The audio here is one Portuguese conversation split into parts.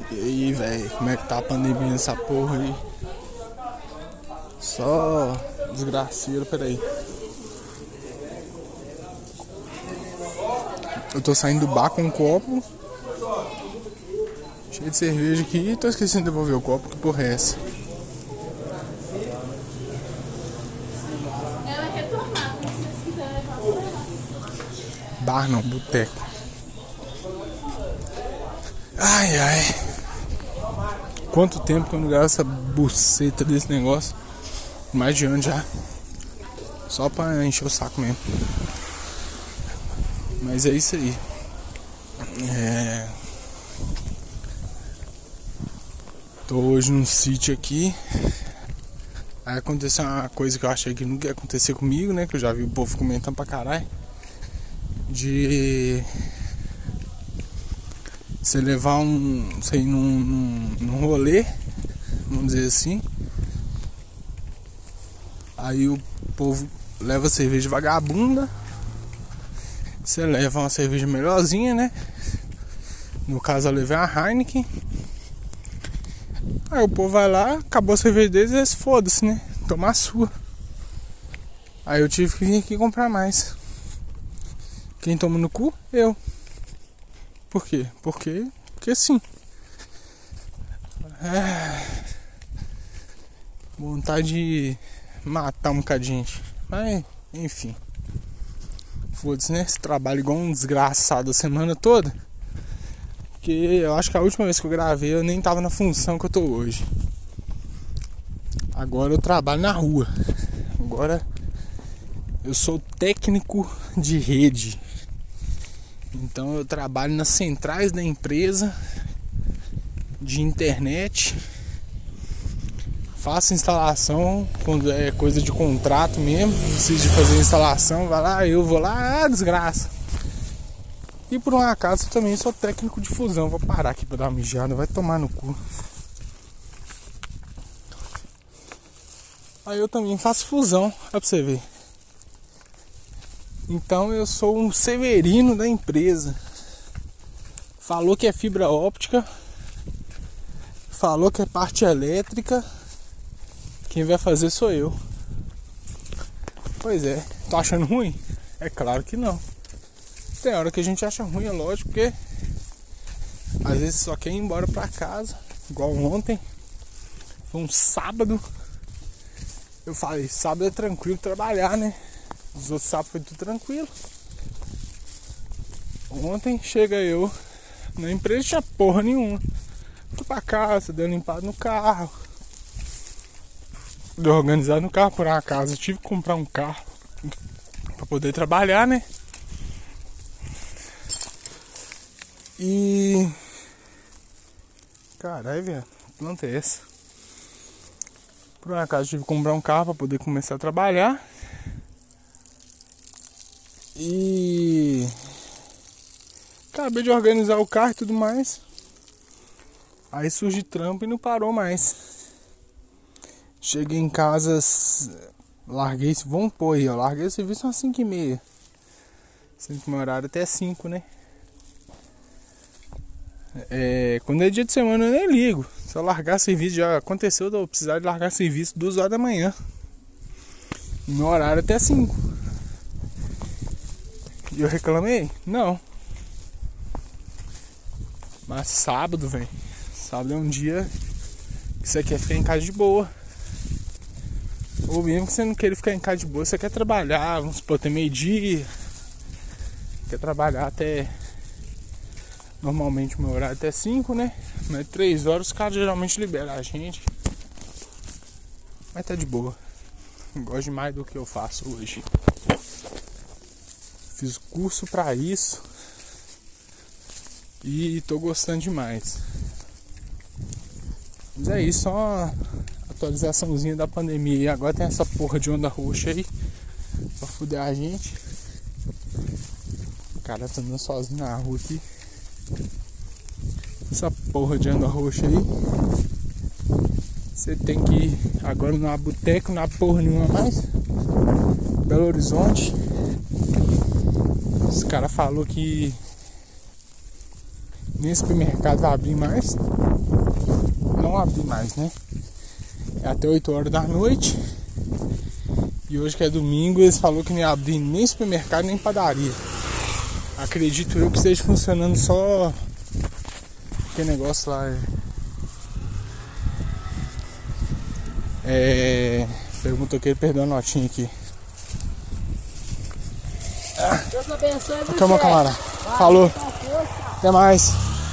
E aí, velho, como é que tá a pandemia nessa porra aí? Só desgraceiro, peraí. Eu tô saindo do bar com um copo cheio de cerveja aqui e tô esquecendo de devolver o copo, que porra é essa? Ela quer tomar, se vocês quiserem levar pra lá. Bar não, boteco. Ai, ai. Quanto tempo que eu não gravo essa buceta desse negócio? Mais de ano já. Só pra encher o saco mesmo. Mas é isso aí. Tô hoje num sítio aqui. Aí aconteceu uma coisa que eu achei que nunca ia acontecer comigo, né? Que eu já vi o povo comentando pra caralho. De você levar você ir num rolê, vamos dizer assim. Aí o povo leva cerveja vagabunda. Você leva uma cerveja melhorzinha, né? No caso eu levei uma Heineken. Aí o povo vai lá, acabou a cerveja deles e eles foda-se, né? Tomar a sua. Aí eu tive que vir aqui comprar mais. Quem toma no cu? Eu. Por quê? Porque sim. Vontade de matar um bocado de gente. Mas, enfim. Foda-se, né? Esse trabalho igual um desgraçado a semana toda. Porque eu acho que a última vez que eu gravei eu nem tava na função que eu tô hoje. Agora eu trabalho na rua. Agora eu sou técnico de rede. Então eu trabalho nas centrais da empresa de internet. Faço instalação quando é coisa de contrato mesmo. Preciso de fazer instalação, vai lá, eu vou lá, desgraça. E por um acaso eu também sou técnico de fusão. Vou parar aqui pra dar uma mijada, vai tomar no cu. Aí eu também faço fusão, pra você ver. Então eu sou um severino da empresa. Falou que é fibra óptica, falou que é parte elétrica, quem vai fazer sou eu. Pois é, tô achando ruim? É claro que não. Tem hora que a gente acha ruim, é lógico, porque às vezes só quer ir embora pra casa. Igual ontem, foi um sábado. Eu falei, sábado é tranquilo trabalhar, né? Os outros sábados foi tudo tranquilo. Ontem chega eu na empresa, tinha porra nenhuma. Fui pra casa, deu limpado no carro, deu organizado no carro. Por acaso eu tive que comprar um carro pra poder trabalhar, né? E... caralho, velho, que planta é essa? Por um acaso eu tive que comprar um carro pra poder começar a trabalhar. E... acabei de organizar o carro e tudo mais. Aí surge trampo e não parou mais. Cheguei em casa, larguei, vamos pôr aí, ó. Larguei o serviço às 5h30. Sendo que meu horário até 5, né? Quando é dia de semana eu nem ligo. Se eu largar serviço, já aconteceu de eu precisar de largar serviço 2 horas da manhã. Meu horário até 5. E eu reclamei? Não. Mas sábado, velho. Sábado é um dia que você quer ficar em casa de boa. Ou mesmo que você não queira ficar em casa de boa, você quer trabalhar, vamos supor, até meio-dia. Quer trabalhar até... normalmente o meu horário é até 5, né? Mas 3 horas os caras geralmente liberam a gente. Mas tá de boa. Gosto demais do que eu faço hoje. Fiz curso pra isso. E tô gostando demais. Mas é isso, só uma atualizaçãozinha da pandemia. E agora tem essa porra de onda roxa aí pra fuder a gente. O cara tá andando sozinho na rua aqui. Essa porra de onda roxa aí. Você tem que ir agora numa boteca, na porra nenhuma mais. Belo Horizonte. Esse cara falou que nem supermercado vai abrir mais. Não abrir mais, né? É até 8 horas da noite. E hoje que é domingo, eles falaram que não ia abrir nem supermercado nem padaria. Acredito eu que esteja funcionando só aquele negócio lá. Perguntou que ele perdeu a notinha aqui. Deus abençoe você. Calma, camarada. Falou. Até mais.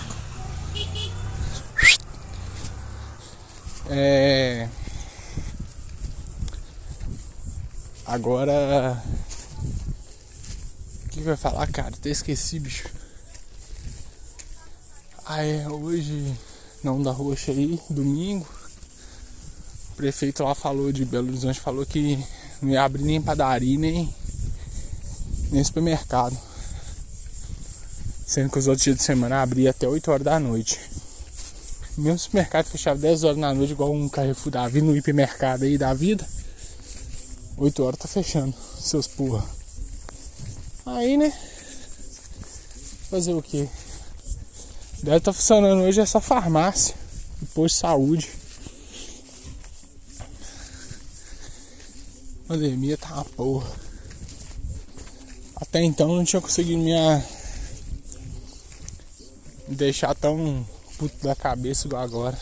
Agora. O que vai falar, cara? Até esqueci, bicho. Hoje. Não da roxa aí, domingo. O prefeito lá falou de Belo Horizonte, falou que não ia abrir nem padaria, nem supermercado. Sendo que os outros dias de semana abria até 8 horas da noite. Mesmo supermercado fechava 10 horas da noite, igual um Carrefour da vida, no hipermercado aí da vida. 8 horas tá fechando, seus porra. Aí, né? Fazer o que? Deve tá funcionando hoje essa farmácia, o posto de saúde. A pandemia tá uma porra. Até então não tinha conseguido me deixar tão puto da cabeça igual agora.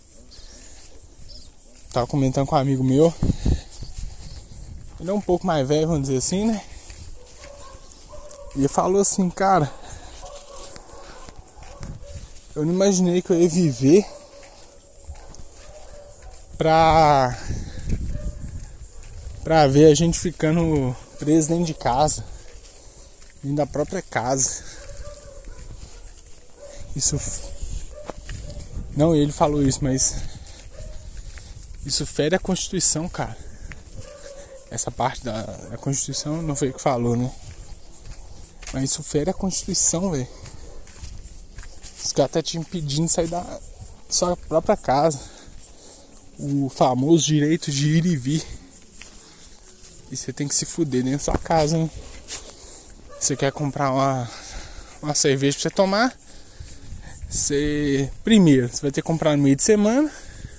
Tava comentando com um amigo meu. Ele é um pouco mais velho, vamos dizer assim, né? E ele falou assim, cara, eu não imaginei que eu ia viver pra ver a gente ficando preso dentro de casa, dentro da própria casa. Isso, não ele falou isso, mas isso fere a Constituição, cara. Essa parte da Constituição não foi o que falou, né? Mas isso fere a Constituição, velho. Os caras até te impedindo de sair da sua própria casa. O famoso direito de ir e vir. E você tem que se fuder dentro da sua casa, né? Você quer comprar uma cerveja pra você tomar? Primeiro, você vai ter que comprar no meio de semana.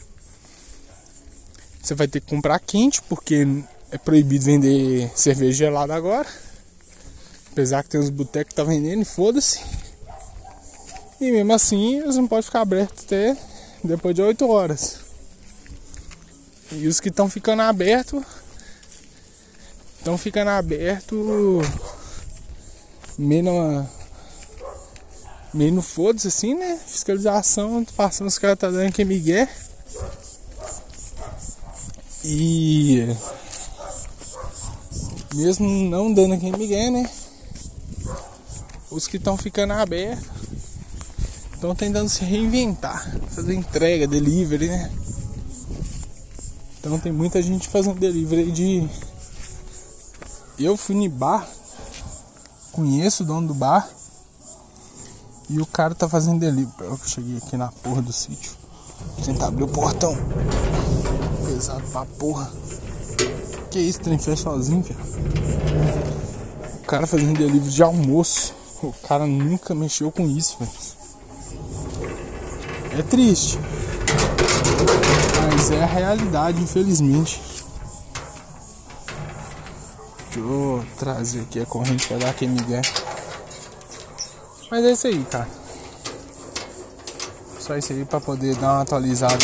Você vai ter que comprar quente, porque é proibido vender cerveja gelada agora. Apesar que tem uns botecos que tá vendendo, e foda-se. E mesmo assim, eles não podem ficar abertos até depois de 8 horas. E os que estão ficando abertos, meio no foda-se assim, né? Fiscalização, passando os caras tá dando que migué. E mesmo não dando quem migué, né? Os que estão ficando abertos estão tentando se reinventar, fazer entrega, delivery, né? Então tem muita gente fazendo delivery de... Eu fui no bar, conheço o dono do bar, e o cara tá fazendo delivery. Eu cheguei aqui na porra do sítio, vou tentar abrir o portão. Pesado pra porra. Que isso, trem fez sozinho, velho. O cara fazendo delivery de almoço. O cara nunca mexeu com isso, velho. É triste, mas é a realidade, infelizmente. Deixa eu trazer aqui a corrente pra dar aquele migué. Mas é isso aí, cara. Só isso aí pra poder dar uma atualizada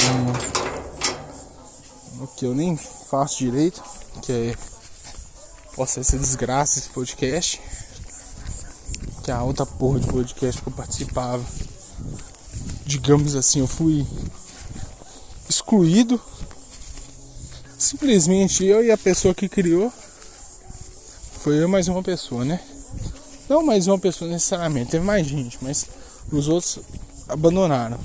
no que eu nem faço direito, que é possa essa desgraça, esse podcast. Que a outra porra de podcast que eu participava, digamos assim, eu fui excluído. Simplesmente eu e a pessoa que criou. Foi eu mais uma pessoa, né? Não mais uma pessoa necessariamente, teve mais gente, mas os outros abandonaram.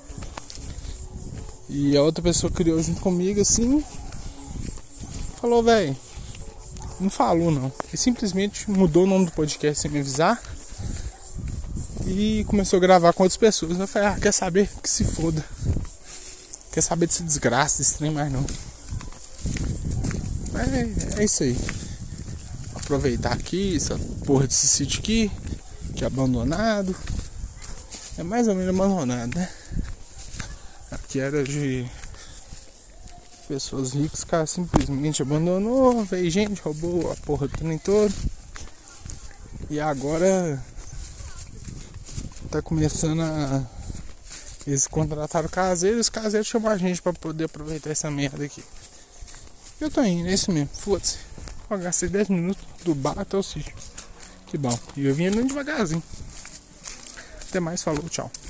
E a outra pessoa criou junto comigo assim. Falou, velho, não falou não. Ele simplesmente mudou o nome do podcast sem me avisar. E começou a gravar com outras pessoas. Eu falei, quer saber? Que se foda. Quer saber desse desgraça, desse trem mais não. É isso aí. Aproveitar aqui, essa porra desse sítio aqui, que é abandonado. é mais ou menos abandonado, né? Aqui era de pessoas ricas que simplesmente abandonou, veio gente, roubou a porra do trem todo. E agora tá começando a... Eles contrataram caseiros, os caseiros chamam a gente pra poder aproveitar essa merda aqui. Eu tô indo, é isso mesmo, foda-se. Eu gastei 10 minutos do bar até o sítio. Que bom. E eu vim andando devagarzinho. Até mais, falou, tchau.